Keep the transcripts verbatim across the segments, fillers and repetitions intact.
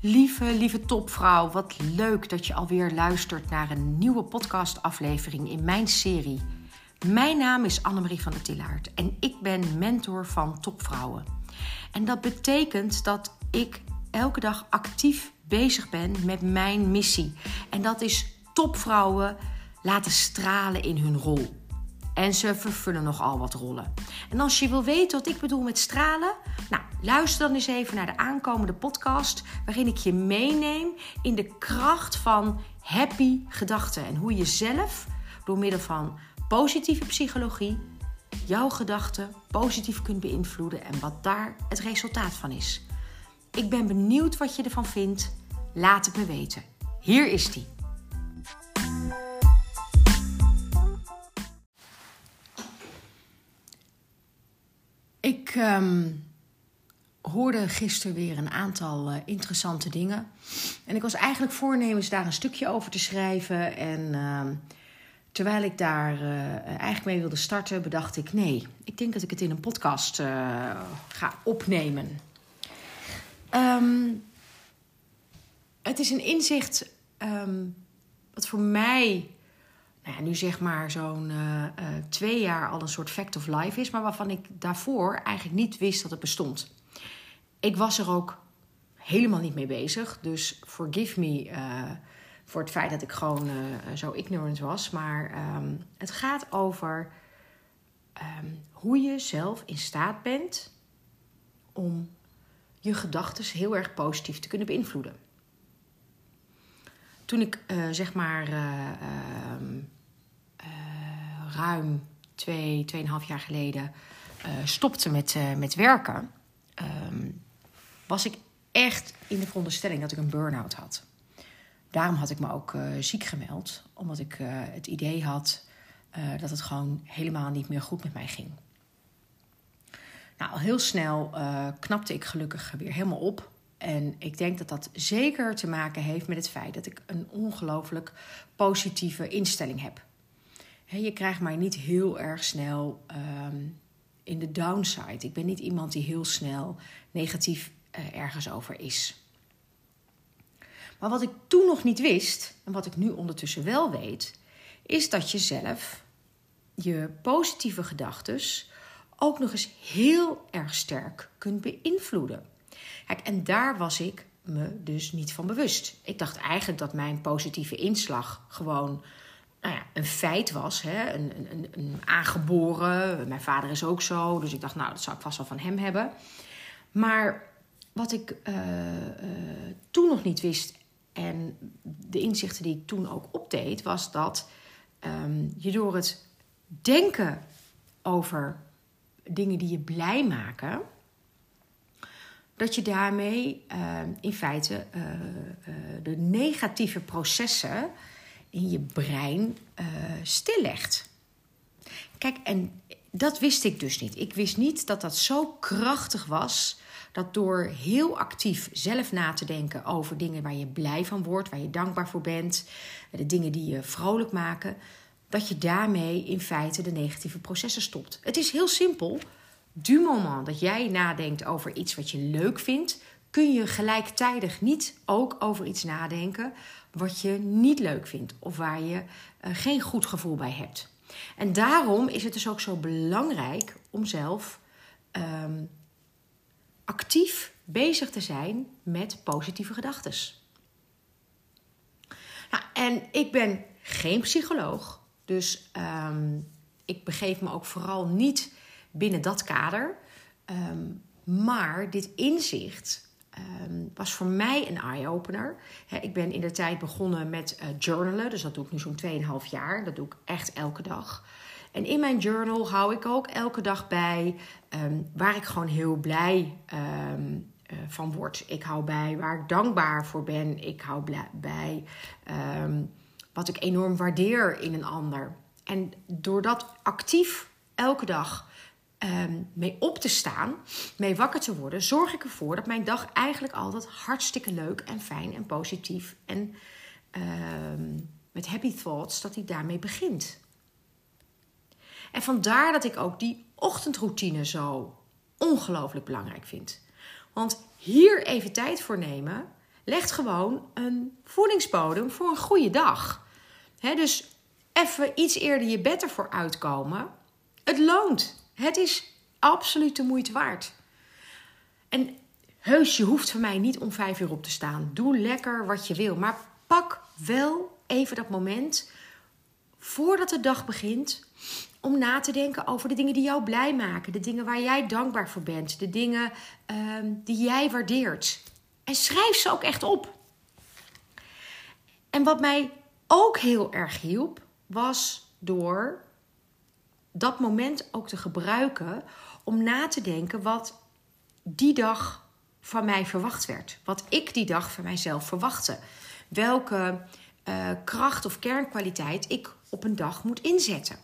Lieve, lieve topvrouw, wat leuk dat je alweer luistert naar een nieuwe podcastaflevering in mijn serie. Mijn naam is Annemarie van der Tillaert en ik ben mentor van topvrouwen. En dat betekent dat ik elke dag actief bezig ben met mijn missie. En dat is topvrouwen laten stralen in hun rol. En ze vervullen nogal wat rollen. En als je wil weten wat ik bedoel met stralen, nou, luister dan eens even naar de aankomende podcast, waarin ik je meeneem in de kracht van happy gedachten. En hoe je zelf door middel van positieve psychologie jouw gedachten positief kunt beïnvloeden en wat daar het resultaat van is. Ik ben benieuwd wat je ervan vindt. Laat het me weten. Hier is die. Ik um, hoorde gisteren weer een aantal uh, interessante dingen. En ik was eigenlijk voornemens daar een stukje over te schrijven. En uh, terwijl ik daar uh, eigenlijk mee wilde starten, bedacht ik... nee, ik denk dat ik het in een podcast uh, ga opnemen. Um, het is een inzicht um, wat voor mij... Nou ja, nu zeg maar zo'n uh, uh, twee jaar al een soort fact of life is, maar waarvan ik daarvoor eigenlijk niet wist dat het bestond. Ik was er ook helemaal niet mee bezig, dus forgive me uh, voor het feit dat ik gewoon uh, zo ignorant was. Maar um, het gaat over um, hoe je zelf in staat bent om je gedachten heel erg positief te kunnen beïnvloeden. Toen ik uh, zeg maar... Uh, uh, Uh, ruim twee, tweeënhalf jaar geleden uh, stopte met, uh, met werken, um, was ik echt in de veronderstelling dat ik een burn-out had. Daarom had ik me ook uh, ziek gemeld, omdat ik uh, het idee had uh, dat het gewoon helemaal niet meer goed met mij ging. Nou, al heel snel uh, knapte ik gelukkig weer helemaal op. En ik denk dat dat zeker te maken heeft met het feit dat ik een ongelooflijk positieve instelling heb. He, je krijgt mij niet heel erg snel um, in de downside. Ik ben niet iemand die heel snel negatief uh, ergens over is. Maar wat ik toen nog niet wist, en wat ik nu ondertussen wel weet, is dat je zelf je positieve gedachtes ook nog eens heel erg sterk kunt beïnvloeden. Kijk, en daar was ik me dus niet van bewust. Ik dacht eigenlijk dat mijn positieve inslag gewoon... Nou ja, een feit was, hè? Een, een, een aangeboren. Mijn vader is ook zo, dus ik dacht, nou, dat zou ik vast wel van hem hebben. Maar wat ik uh, uh, toen nog niet wist en de inzichten die ik toen ook opdeed, was dat um, je door het denken over dingen die je blij maken, dat je daarmee uh, in feite uh, uh, de negatieve processen in je brein uh, stillegt. Kijk, en dat wist ik dus niet. Ik wist niet dat dat zo krachtig was, dat door heel actief zelf na te denken over dingen waar je blij van wordt, waar je dankbaar voor bent, de dingen die je vrolijk maken, dat je daarmee in feite de negatieve processen stopt. Het is heel simpel. Du moment dat jij nadenkt over iets wat je leuk vindt, kun je gelijktijdig niet ook over iets nadenken wat je niet leuk vindt of waar je uh, geen goed gevoel bij hebt. En daarom is het dus ook zo belangrijk om zelf um, actief bezig te zijn met positieve gedachten. Nou, en ik ben geen psycholoog, dus um, ik begeef me ook vooral niet binnen dat kader. Um, maar dit inzicht Um, was voor mij een eye-opener. He, ik ben in de tijd begonnen met uh, journalen. Dus dat doe ik nu zo'n tweeënhalf jaar. Dat doe ik echt elke dag. En in mijn journal hou ik ook elke dag bij um, waar ik gewoon heel blij um, uh, van word. Ik hou bij waar ik dankbaar voor ben. Ik hou blij, bij um, wat ik enorm waardeer in een ander. En door dat actief elke dag Um, mee op te staan, mee wakker te worden, zorg ik ervoor dat mijn dag eigenlijk altijd hartstikke leuk en fijn en positief en um, met happy thoughts, dat hij daarmee begint. En vandaar dat ik ook die ochtendroutine zo ongelooflijk belangrijk vind. Want hier even tijd voor nemen legt gewoon een voedingsbodem voor een goede dag. He, dus even iets eerder je bed ervoor uitkomen. Het loont. Het is absoluut de moeite waard. En heus, je hoeft van mij niet om vijf uur op te staan. Doe lekker wat je wil. Maar pak wel even dat moment voordat de dag begint om na te denken over de dingen die jou blij maken. De dingen waar jij dankbaar voor bent. De dingen um, die jij waardeert. En schrijf ze ook echt op. En wat mij ook heel erg hielp, was door dat moment ook te gebruiken om na te denken wat die dag van mij verwacht werd. Wat ik die dag van mijzelf verwachtte. Welke uh, kracht of kernkwaliteit ik op een dag moet inzetten.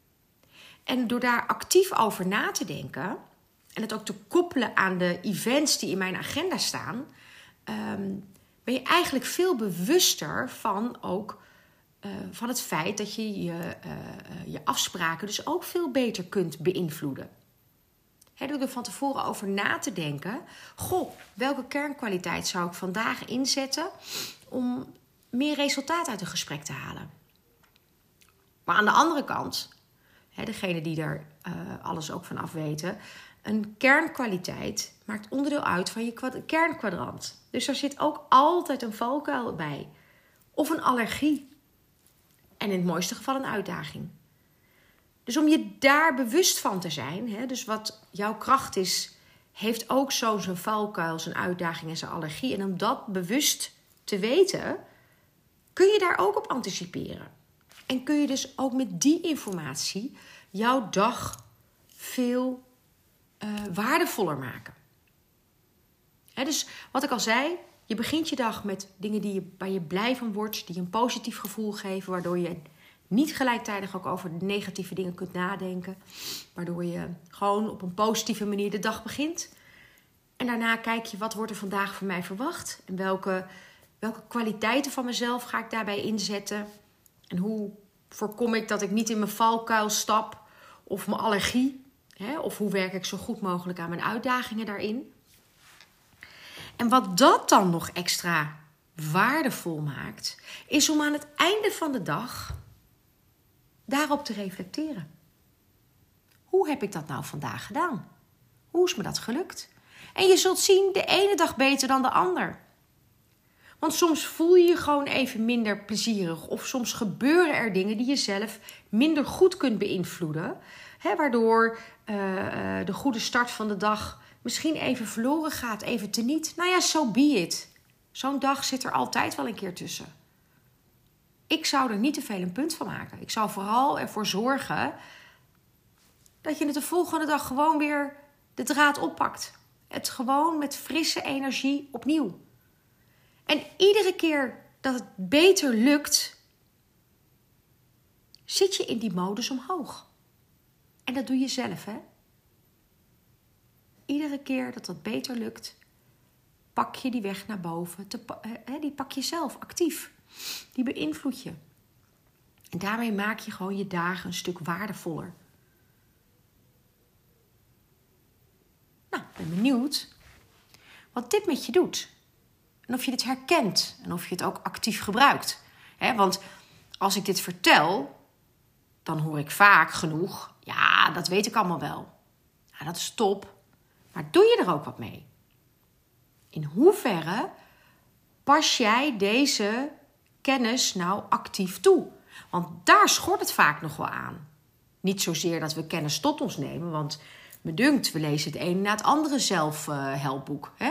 En door daar actief over na te denken en het ook te koppelen aan de events die in mijn agenda staan, um, ben je eigenlijk veel bewuster van ook uh, van het feit dat je je, uh, uh, je afspraken dus ook veel beter kunt beïnvloeden. He, door er van tevoren over na te denken, goh, welke kernkwaliteit zou ik vandaag inzetten om meer resultaat uit een gesprek te halen. Maar aan de andere kant, he, degene die er uh, alles ook van af weten, een kernkwaliteit maakt onderdeel uit van je kwad- kernkwadrant. Dus daar zit ook altijd een valkuil bij. Of een allergie. En in het mooiste geval een uitdaging. Dus om je daar bewust van te zijn, hè, dus wat jouw kracht is, heeft ook zo zijn valkuil, zijn uitdaging en zijn allergie. En om dat bewust te weten, kun je daar ook op anticiperen. En kun je dus ook met die informatie jouw dag veel uh, waardevoller maken. Hè, dus wat ik al zei, je begint je dag met dingen die je, waar je blij van wordt, die een positief gevoel geven, waardoor je niet gelijktijdig ook over de negatieve dingen kunt nadenken. Waardoor je gewoon op een positieve manier de dag begint. En daarna kijk je, wat wordt er vandaag van mij verwacht? En welke, welke kwaliteiten van mezelf ga ik daarbij inzetten? En hoe voorkom ik dat ik niet in mijn valkuil stap? Of mijn allergie? Hè? Of hoe werk ik zo goed mogelijk aan mijn uitdagingen daarin? En wat dat dan nog extra waardevol maakt, is om aan het einde van de dag daarop te reflecteren. Hoe heb ik dat nou vandaag gedaan? Hoe is me dat gelukt? En je zult zien, de ene dag beter dan de ander. Want soms voel je je gewoon even minder plezierig. Of soms gebeuren er dingen die je zelf minder goed kunt beïnvloeden. Hè, waardoor uh, de goede start van de dag misschien even verloren gaat, even teniet. Nou ja, so be it. Zo'n dag zit er altijd wel een keer tussen. Ik zou er niet te veel een punt van maken. Ik zou vooral ervoor zorgen dat je het de volgende dag gewoon weer de draad oppakt. Het gewoon met frisse energie opnieuw. En iedere keer dat het beter lukt, zit je in die modus omhoog. En dat doe je zelf, hè? Iedere keer dat dat beter lukt, pak je die weg naar boven. Te, die pak je zelf actief. Die beïnvloed je. En daarmee maak je gewoon je dagen een stuk waardevoller. Nou, ik ben benieuwd wat dit met je doet. En of je dit herkent. En of je het ook actief gebruikt. He, want als ik dit vertel, dan hoor ik vaak genoeg, ja, dat weet ik allemaal wel. Ja, dat is top. Maar doe je er ook wat mee? In hoeverre pas jij deze kennis nou actief toe? Want daar schort het vaak nog wel aan. Niet zozeer dat we kennis tot ons nemen, want me dunkt, we lezen het een na het andere zelfhelpboek. Hè?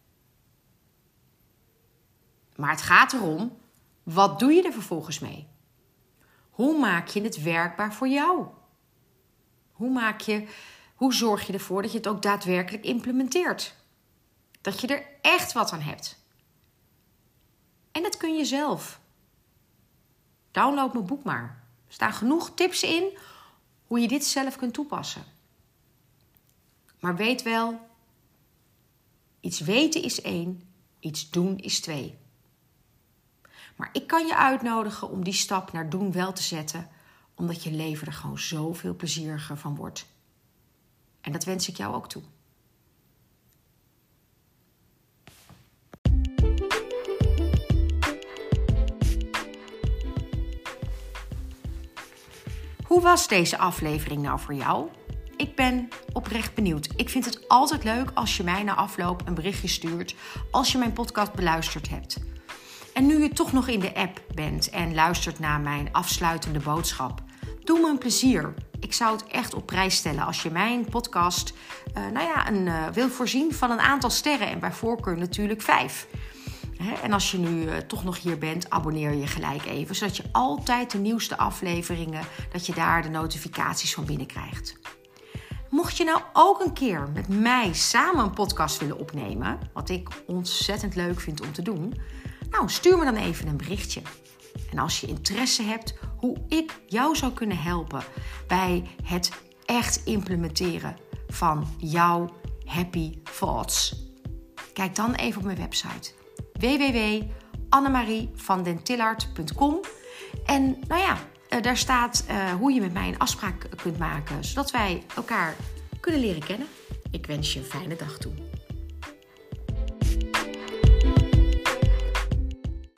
Maar het gaat erom, wat doe je er vervolgens mee? Hoe maak je het werkbaar voor jou? Hoe, maak je, hoe zorg je ervoor dat je het ook daadwerkelijk implementeert? Dat je er echt wat aan hebt. En dat kun je zelf. Download mijn boek maar. Er staan genoeg tips in hoe je dit zelf kunt toepassen. Maar weet wel, iets weten is één, iets doen is twee. Maar ik kan je uitnodigen om die stap naar doen wel te zetten, omdat je leven er gewoon zoveel plezieriger van wordt. En dat wens ik jou ook toe. Hoe was deze aflevering nou voor jou? Ik ben oprecht benieuwd. Ik vind het altijd leuk als je mij na afloop een berichtje stuurt als je mijn podcast beluisterd hebt. En nu je toch nog in de app bent en luistert naar mijn afsluitende boodschap, doe me een plezier. Ik zou het echt op prijs stellen als je mijn podcast uh, nou ja, een, uh, wil voorzien van een aantal sterren en bij voorkeur natuurlijk vijf. He, en als je nu uh, toch nog hier bent, abonneer je gelijk even, zodat je altijd de nieuwste afleveringen, dat je daar de notificaties van binnenkrijgt. Mocht je nou ook een keer met mij samen een podcast willen opnemen, wat ik ontzettend leuk vind om te doen, nou stuur me dan even een berichtje. En als je interesse hebt hoe ik jou zou kunnen helpen bij het echt implementeren van jouw happy thoughts, kijk dan even op mijn website w w w punt annemarie van den Tillart punt com. En nou ja, daar staat uh, hoe je met mij een afspraak kunt maken, zodat wij elkaar kunnen leren kennen. Ik wens je een fijne dag toe.